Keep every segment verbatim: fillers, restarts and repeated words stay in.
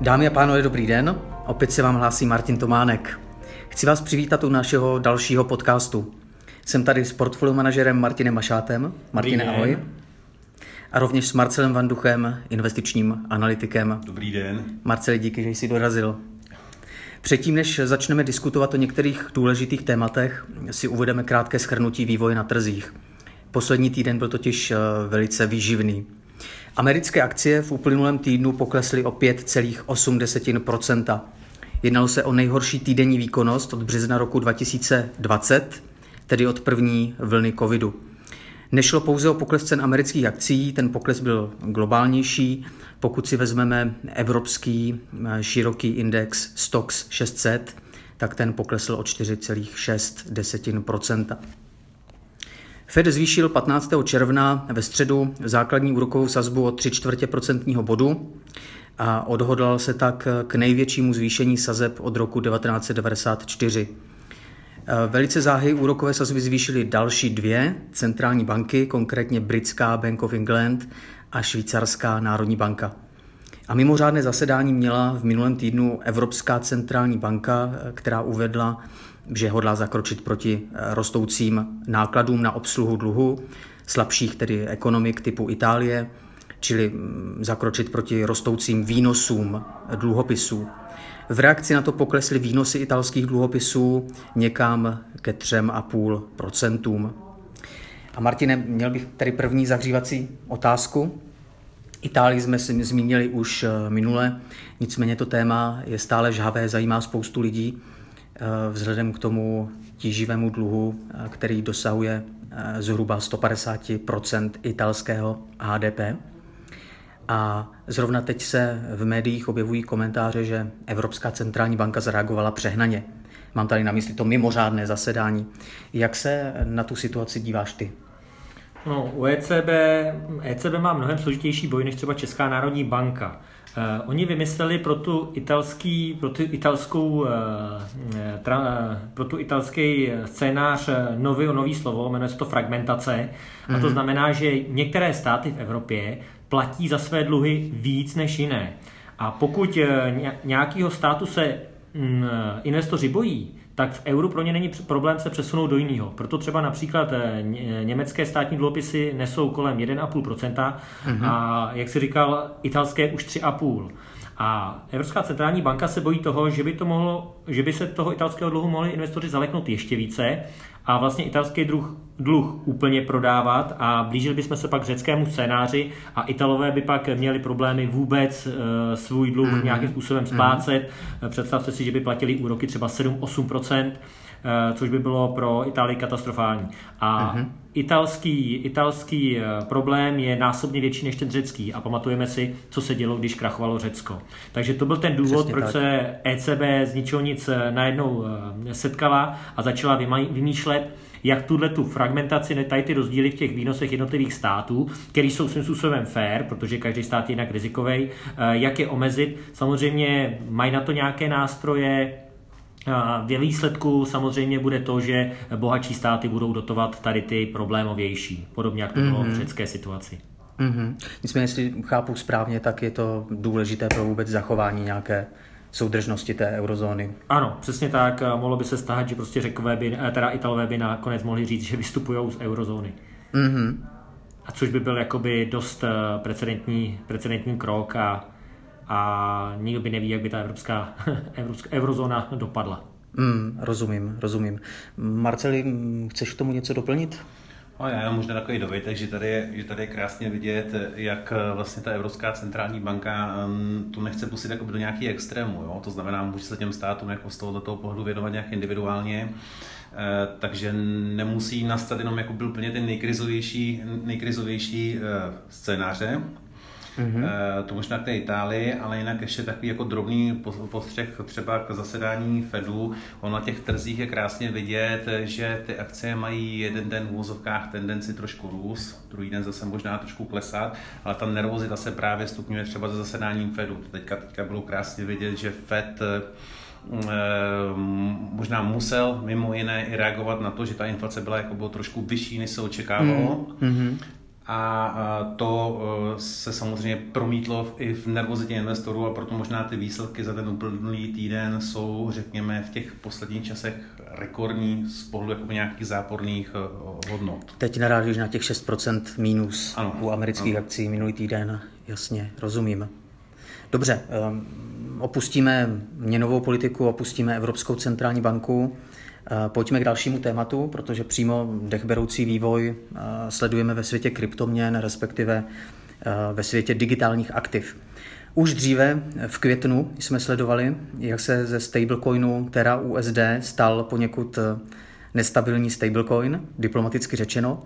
Dámy a pánové, dobrý den. Opět se vám hlásí Martin Tománek. Chci vás přivítat u našeho dalšího podcastu. Jsem tady s portfolio manažerem Martinem Mašátem. Martine, ahoj. A rovněž s Marcelem Vanduchem, investičním analytikem. Dobrý den. Marceli, díky, že jsi dorazil. Předtím, než začneme diskutovat o některých důležitých tématech, si uvedeme krátké shrnutí vývoje na trzích. Poslední týden byl totiž velice výživný. Americké akcie v uplynulém týdnu poklesly o pět celá osm procenta. Jednalo se o nejhorší týdenní výkonnost od března roku dva tisíce dvacet, tedy od první vlny covidu. Nešlo pouze o pokles cen amerických akcií, ten pokles byl globálnější. Pokud si vezmeme evropský široký index Stoxx šest set, tak ten poklesl o čtyři celá šest procenta. Fed zvýšil patnáctého června ve středu základní úrokovou sazbu o tři čtvrtě procentního bodu a odhodlal se tak k největšímu zvýšení sazeb od roku devatenáct set devadesát čtyři. Velice záhy úrokové sazby zvýšily další dvě centrální banky, konkrétně britská Bank of England a švýcarská národní banka. A mimořádné zasedání měla v minulém týdnu Evropská centrální banka, která uvedla, že hodlá zakročit proti rostoucím nákladům na obsluhu dluhu slabších tedy ekonomik typu Itálie, čili zakročit proti rostoucím výnosům dluhopisů. V reakci na to poklesly výnosy italských dluhopisů někam ke tři celá pět procenta. A Martine, měl bych tady první zahřívací otázku. Itálii jsme si zmínili už minule, nicméně to téma je stále žhavé, zajímá spoustu lidí vzhledem k tomu tíživému dluhu, který dosahuje zhruba sto padesát procent italského H D P. A zrovna teď se v médiích objevují komentáře, že Evropská centrální banka zareagovala přehnaně. Mám tady na mysli to mimořádné zasedání. Jak se na tu situaci díváš ty? No, u E C B, E C B má mnohem složitější boj než třeba Česká národní banka. Uh, oni vymysleli pro tu italský, pro tu italskou, uh, tra, pro tu italský scénář nový, nový slovo, jmenuje se to fragmentace. Mm-hmm. A to znamená, že některé státy v Evropě platí za své dluhy víc než jiné. A pokud nějakého státu se mm, investoři bojí, tak v euru pro ně není problém se přesunout do jiného. Proto třeba například německé státní dluhopisy nesou kolem jedna celá pět procenta mm-hmm. a jak si říkal, italské už tři celá pět procenta. A Evropská centrální banka se bojí toho, že by, to mohlo, že by se toho italského dluhu mohli investoři zaleknout ještě více a vlastně italský dluh, dluh úplně prodávat a blížili bychom se pak řeckému scénáři a Italové by pak měli problémy vůbec uh, svůj dluh mm-hmm. nějakým způsobem splácet. Mm-hmm. Představte si, že by platili úroky třeba sedm až osm procent, uh, což by bylo pro Itálii katastrofální. A mm-hmm. italský, italský uh, problém je násobně větší než ten řecký a pamatujeme si, co se dělo, když krachovalo Řecko. Takže to byl ten důvod, přesně proč tak. se E C B z ničeho nic najednou uh, setkala a začala vymýšlet, jak tuhle tu fragmentaci, tady ty rozdíly v těch výnosech jednotlivých států, které jsou svým způsobem fair, protože každý stát je jinak rizikový, jak je omezit. Samozřejmě mají na to nějaké nástroje. Ve výsledku samozřejmě bude to, že bohatší státy budou dotovat tady ty problémovější, podobně jak to bylo mm-hmm. v řecké situaci. Mm-hmm. Nicméně, jestli chápu správně, tak je to důležité pro vůbec zachování nějaké soudržnosti té eurozóny. Ano, přesně tak. Mohlo by se stát, že prostě Řekové by, teda Italové by nakonec mohli říct, že vystupují z eurozóny. Mm-hmm. A což by byl jakoby dost precedentní, precedentní krok a, a nikdo by neví, jak by ta evropská, evropská eurozóna dopadla. Mm, rozumím, rozumím. Marceli, chceš k tomu něco doplnit? No, já jenom možná takový dovětek, že tady je, že tady je krásně vidět, jak vlastně ta Evropská centrální banka um, tu nechce pustit jakoby do nějaký extrému. Jo? To znamená, může se těm státům jako z tohoto pohledu věnovat nějak individuálně, uh, takže nemusí nastat jenom jako byl plně ten nejkrizovější, nejkrizovější uh, scénáře. Mm-hmm. To možná k té Itálii, ale jinak ještě takový jako drobný postřeh třeba k zasedání Fedu. On na těch trzích je krásně vidět, že ty akcie mají jeden den v úvozovkách tendenci trošku růst, druhý den zase možná trošku klesat, ale ta nervozita se právě stupňuje třeba za zasedáním Fedu. Teďka, teďka bylo krásně vidět, že Fed možná musel mimo jiné i reagovat na to, že ta inflace byla jako bylo trošku vyšší, než se očekávalo. Mm-hmm. A to se samozřejmě promítlo i v nervozitě investorů a proto možná ty výsledky za ten uplynulý týden jsou, řekněme, v těch posledních časech rekordní z pohledu jako nějakých záporných hodnot. Teď narážíš na těch šest procent mínus ano, u amerických ano. akcí minulý týden, jasně, rozumím. Dobře, opustíme měnovou politiku, opustíme Evropskou centrální banku. Pojďme k dalšímu tématu, protože přímo dechberoucí vývoj sledujeme ve světě kryptoměn, respektive ve světě digitálních aktiv. Už dříve v květnu jsme sledovali, jak se ze stablecoinu Terra U S D stal poněkud nestabilní stablecoin, diplomaticky řečeno.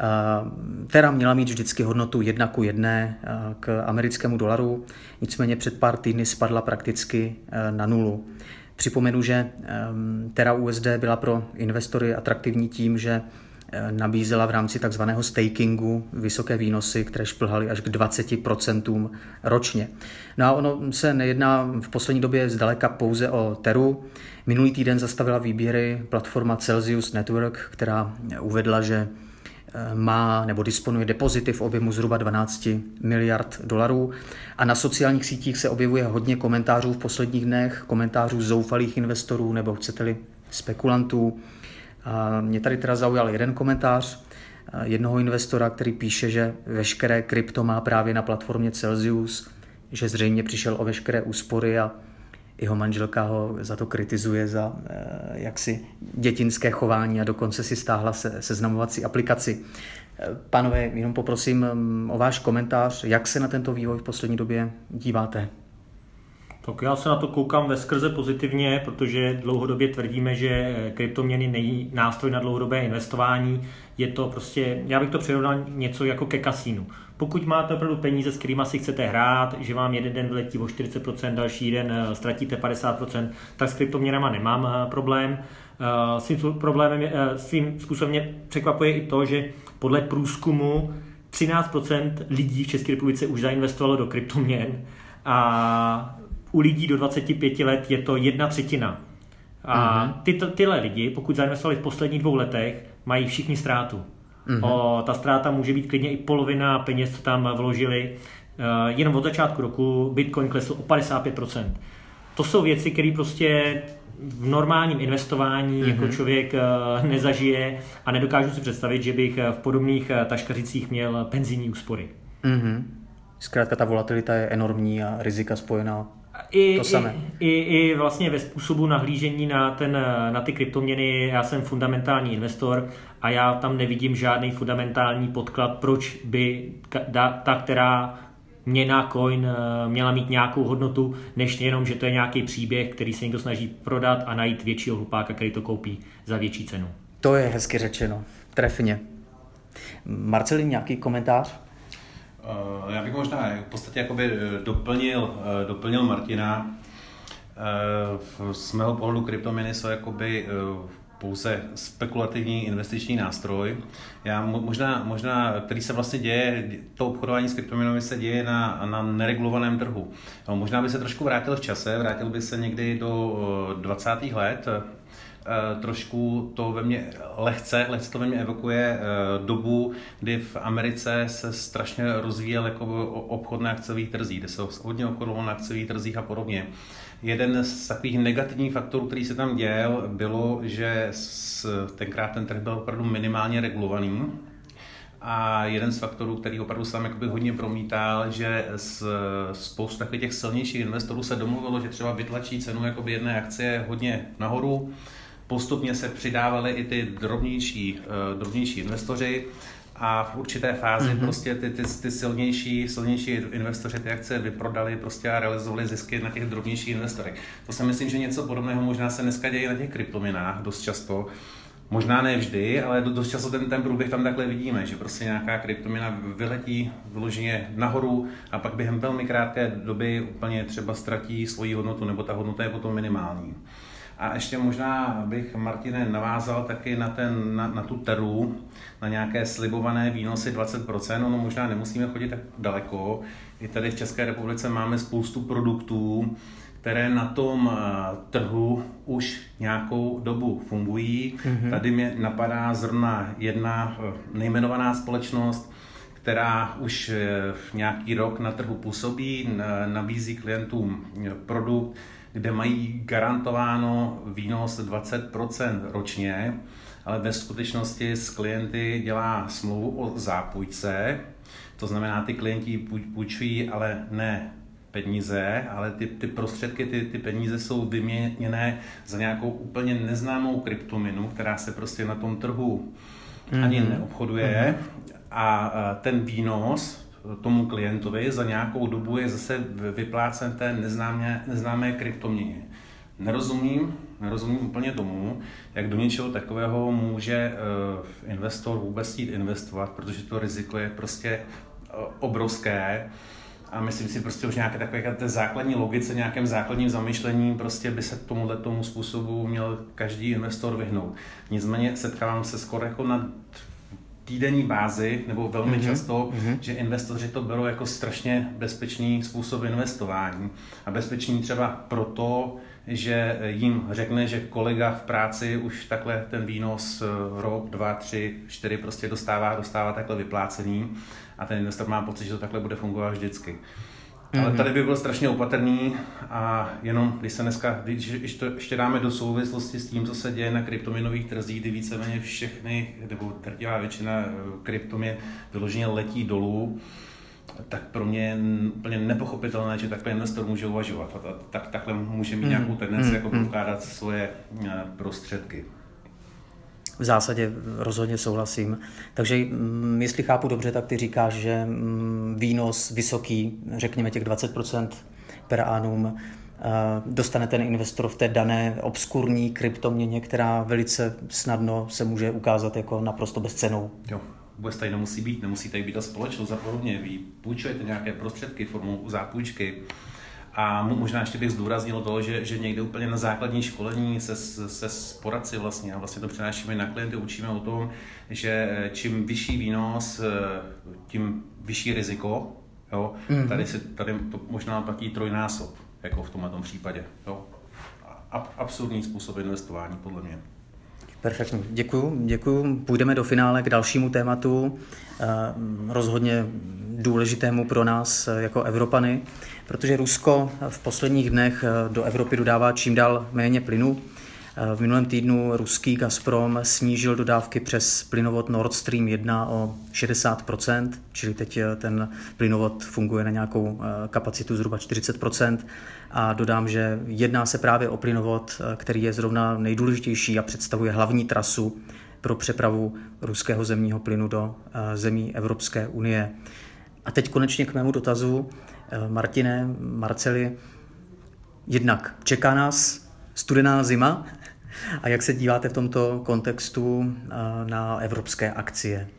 Terra měla mít vždycky hodnotu jedna ku jedné k americkému dolaru, nicméně před pár týdny spadla prakticky na nulu. Připomenu, že Terra U S D byla pro investory atraktivní tím, že nabízela v rámci takzvaného stakingu vysoké výnosy, které šplhaly až k dvacet procent ročně. No a ono se nejedná v poslední době zdaleka pouze o Terru. Minulý týden zastavila výběry platforma Celsius Network, která uvedla, že má nebo disponuje depozity v objemu zhruba dvanáct miliard dolarů a na sociálních sítích se objevuje hodně komentářů v posledních dnech, komentářů zoufalých investorů nebo chcete-li spekulantů. A mě tady teda zaujal jeden komentář jednoho investora, který píše, že veškeré krypto má právě na platformě Celsius, že zřejmě přišel o veškeré úspory a jeho manželka ho za to kritizuje za eh, jaksi dětinské chování a dokonce si stáhla se, seznamovací aplikaci. Pánové, jenom poprosím o váš komentář, jak se na tento vývoj v poslední době díváte? Tak já se na to koukám veskrze pozitivně, protože dlouhodobě tvrdíme, že kryptoměny není nástroj na dlouhodobé investování. Je to prostě, já bych to přirovnal něco jako ke kasínu. Pokud máte opravdu peníze, s kterými si chcete hrát, že vám jeden den vyletí o čtyřicet procent, další den ztratíte padesát procent, tak s kryptoměnama nemám problém. Svým, problémem je, svým způsobem mě překvapuje i to, že podle průzkumu třináct procent lidí v České republice už zainvestovalo do kryptoměn a u lidí do dvacet pět let je to jedna třetina. A ty, tyhle lidi, pokud zainvestovali v posledních dvou letech, mají všichni ztrátu. Mm-hmm. O, ta ztráta může být klidně i polovina peněz, co tam vložili. E, jenom od začátku roku Bitcoin klesl o padesát pět procent. To jsou věci, které prostě v normálním investování mm-hmm. jako člověk e, nezažije a nedokážu si představit, že bych v podobných taškařicích měl penzijní úspory. Mm-hmm. Zkrátka ta volatilita je enormní a rizika spojená. I, to samé. I, i, I vlastně ve způsobu nahlížení na, ten, na ty kryptoměny, já jsem fundamentální investor a já tam nevidím žádný fundamentální podklad, proč by ta, která měna coin měla mít nějakou hodnotu, než jenom, že to je nějaký příběh, který se někdo snaží prodat a najít většího hlupáka, který to koupí za větší cenu. To je hezky řečeno, trefně. Marcelin, nějaký komentář? Já bych možná v podstatě jakoby doplnil, doplnil Martina. Z mého pohledu kryptoměny jsou jakoby pouze spekulativní investiční nástroj. Já možná, možná, který se vlastně děje, to obchodování s kryptoměnami se děje na, na neregulovaném trhu. Možná by se trošku vrátil v čase, vrátil by se někdy do dvacátých let. Trošku to ve mně lehce, lehce to ve mně evokuje dobu, kdy v Americe se strašně rozvíjel jako obchod na akciových trzích, kde se hodně obchodovalo na akciových trzích a podobně. Jeden z takových negativních faktorů, který se tam děl, bylo, že tenkrát ten trh byl opravdu minimálně regulovaný. A jeden z faktorů, který opravdu sám jakoby hodně promítal, že z spoustu takových těch silnějších investorů se domluvilo, že třeba vytlačí cenu jakoby jedné akcie hodně nahoru. Postupně se přidávali i ty drobnější, uh, drobnější investoři a v určité fázi mm-hmm. prostě ty, ty, ty silnější, silnější investoři ty akcie vyprodali prostě a realizovali zisky na těch drobnějších investorech. To si myslím, že něco podobného možná se dneska děje na těch kryptoměnách dost často. Možná ne vždy, ale dost často ten, ten průběh tam takhle vidíme, že prostě nějaká kryptoměna vyletí vyloženě nahoru a pak během velmi krátké doby úplně třeba ztratí svoji hodnotu nebo ta hodnota je potom minimální. A ještě možná bych, Martine, navázal taky na, ten, na, na tu Terru, na nějaké slibované výnosy dvacet procent. Ono možná nemusíme chodit tak daleko. I tady v České republice máme spoustu produktů, které na tom trhu už nějakou dobu fungují. Mm-hmm. Tady mě napadá zrovna jedna nejmenovaná společnost, která už nějaký rok na trhu působí, nabízí klientům produkt, kde mají garantováno výnos dvacet procent ročně, ale ve skutečnosti s klienty dělá smlouvu o zápůjčce. To znamená, ty klienti půjčují, ale ne peníze, ale ty, ty prostředky, ty, ty peníze jsou vyměněné za nějakou úplně neznámou kryptominu, která se prostě na tom trhu mm-hmm. ani neobchoduje. Mm-hmm. A ten výnos tomu klientovi za nějakou dobu je zase vyplácen té neznámé, neznámé kryptoměně. Nerozumím, nerozumím úplně tomu, jak do něčeho takového může uh, investor vůbec chtít investovat, protože to riziko je prostě uh, obrovské a myslím si prostě už nějaké takové té základní logice, nějakém základním zamyšlením prostě by se tomuhle tomu způsobu měl každý investor vyhnout. Nicméně setkávám se skoro jako na týdenní bázi, nebo velmi mm-hmm. často, mm-hmm. že investoři to berou jako strašně bezpečný způsob investování. A bezpečný třeba proto, že jim řekne, že kolega v práci už takhle ten výnos rok, dva, tři, čtyři prostě dostává, dostává takhle vyplácený a ten investor má pocit, že to takhle bude fungovat vždycky. Mm-hmm. Ale tady by byl strašně opatrný a jenom, když se dneska, když to ještě dáme do souvislosti s tím, co se děje na kryptoměnových trzích, kdy víceméně všechny, nebo drtivá většina kryptoměn vyloženě letí dolů, tak pro mě je úplně nepochopitelné, že takhle investor může uvažovat a tak, takhle může mít nějakou tendenci mm, jako mm. vkládat svoje prostředky. V zásadě rozhodně souhlasím. Takže jestli chápu dobře, tak ty říkáš, že výnos vysoký, řekněme těch dvacet procent per annum, dostane ten investor v té dané obskurní kryptoměně, která velice snadno se může ukázat jako naprosto bezcennou. Jo. Vůbec tady nemusí být, nemusí tady být ta společnost a podobně. Vy půjčujete nějaké prostředky formou zápůjčky a možná ještě bych zdůraznil to, že, že někde úplně na základní školení se, se s poradci vlastně a vlastně to přenášíme na klienty, učíme o tom, že čím vyšší výnos, tím vyšší riziko. Jo? Mm-hmm. Tady, si, tady to možná platí trojnásob, jako v tomhle případě. Jo? A, absurdní způsob investování, podle mě. Perfektní, děkuju, děkuju. Půjdeme do finále k dalšímu tématu, rozhodně důležitému pro nás jako Evropany, protože Rusko v posledních dnech do Evropy dodává čím dál méně plynu. V minulém týdnu ruský Gazprom snížil dodávky přes plynovod Nord Stream jedna o šedesát procent, čili teď ten plynovod funguje na nějakou kapacitu zhruba čtyřicet procent. A dodám, že jedná se právě o plynovod, který je zrovna nejdůležitější a představuje hlavní trasu pro přepravu ruského zemního plynu do zemí Evropské unie. A teď konečně k mému dotazu. Martine, Marceli, jednak čeká nás studená zima a jak se díváte v tomto kontextu na evropské akcie?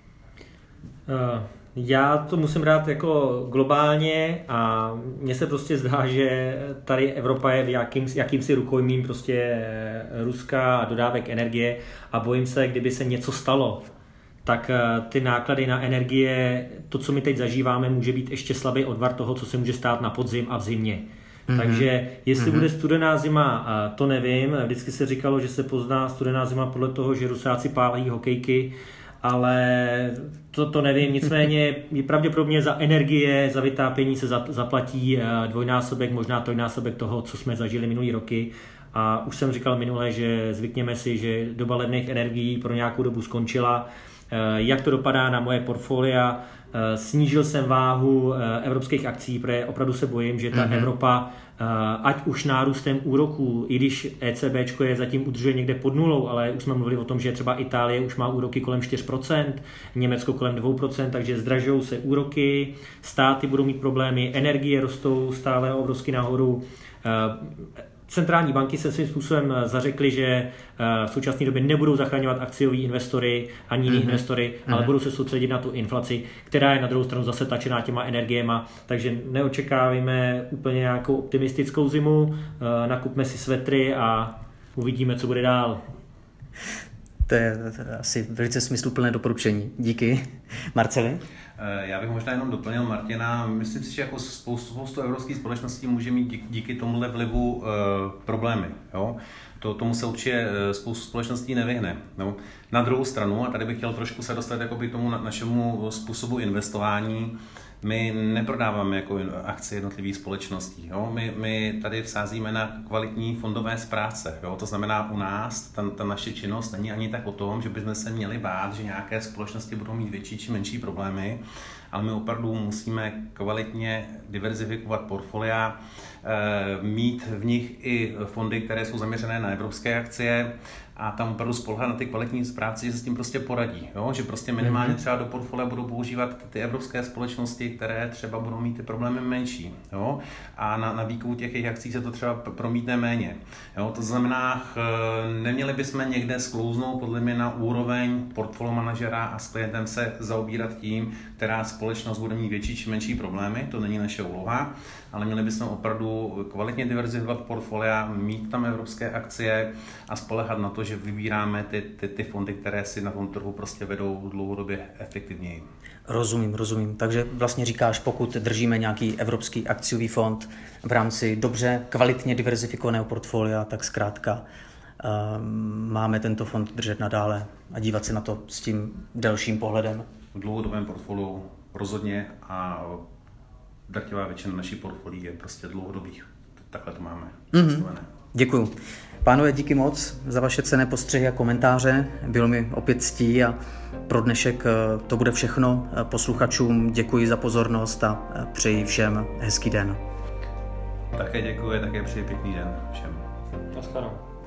Já to musím brát jako globálně a mně se prostě zdá, že tady Evropa je v jakým, jakýmsi rukojmím prostě Ruska a dodávek energie a bojím se, kdyby se něco stalo, tak ty náklady na energie, to, co my teď zažíváme, může být ještě slabý odvar toho, co se může stát na podzim a v zimě. Mm-hmm. Takže jestli mm-hmm. bude studená zima, to nevím. Vždycky se říkalo, že se pozná studená zima podle toho, že Rusáci pálí hokejky, ale to, to nevím. Nicméně je pravděpodobně za energie, za vytápění se zaplatí dvojnásobek, možná trojnásobek toho, co jsme zažili minulý roky. A už jsem říkal minule, že zvykněme si, že doba levných energií pro nějakou dobu skončila. Jak to dopadá na moje portfolia? Snížil jsem váhu evropských akcí, protože opravdu se bojím, že ta mm-hmm. Evropa, ať už nárůstem úroků, i když ECBčko je zatím udržuje někde pod nulou, ale už jsme mluvili o tom, že třeba Itálie už má úroky kolem čtyři procenta, Německo kolem dvě procenta, takže zdražují se úroky, státy budou mít problémy, energie rostou stále obrovsky nahoru. Centrální banky se svým způsobem zařekly, že v současné době nebudou zachraňovat akciový investory ani jiný mm-hmm. investory, ale mm-hmm. budou se soustředit na tu inflaci, která je na druhou stranu zase tačená těma energiema, takže neočekáváme úplně nějakou optimistickou zimu, nakupme si svetry a uvidíme, co bude dál. To je asi velice smysluplné doporučení. Díky. Marceli? Já bych možná jenom doplnil Martina. Myslím si, že jako spoustu, spoustu evropských společností může mít díky, díky tomuhle vlivu uh, problémy. Jo? To, tomu se určitě spoustu společností nevyhne. No. Na druhou stranu, a tady bych chtěl trošku se dostat jakoby tomu našemu způsobu investování, my neprodáváme jako akcie jednotlivých společností. Jo? My, my tady vsázíme na kvalitní fondové správce. Jo? To znamená, u nás ta, ta naše činnost není ani tak o tom, že bychom se měli bát, že nějaké společnosti budou mít větší či menší problémy, ale my opravdu musíme kvalitně diverzifikovat portfolia, mít v nich i fondy, které jsou zaměřené na evropské akcie a tam opravdu spoléhat na ty kvalitní správci, že se s tím prostě poradí. Jo? Že prostě minimálně třeba do portfolia budou používat ty evropské společnosti, které třeba budou mít ty problémy menší. Jo? A na, na výkupu těch jejich akcí se to třeba promítne méně. Jo? To znamená, neměli bychom někde sklouznout podle mě na úroveň portfolio manažera a s klientem se zaobírat tím, která společnost bude mít větší či menší problémy, to není naše úloha, ale měli bychom opravdu kvalitně diverzifikovat portfolia, mít tam evropské akcie a spoléhat na to, že vybíráme ty, ty, ty fondy, které si na tom trhu prostě vedou dlouhodobě efektivněji. Rozumím, rozumím. Takže vlastně říkáš, pokud držíme nějaký evropský akciový fond v rámci dobře, kvalitně diverzifikovaného portfolia, tak zkrátka um, máme tento fond držet nadále a dívat se na to s tím delším pohledem. V dlouhodobém portfoliu rozhodně a drtivá většina naší portfolií je prostě dlouhodobých. Takhle to máme. Mm-hmm. Děkuju. Pánové, díky moc za vaše cenné postřehy a komentáře. Bylo mi opět ctí a pro dnešek to bude všechno. Posluchačům děkuji za pozornost a přeji všem hezký den. Také děkuji, také přeji pěkný den všem. Naschledanou.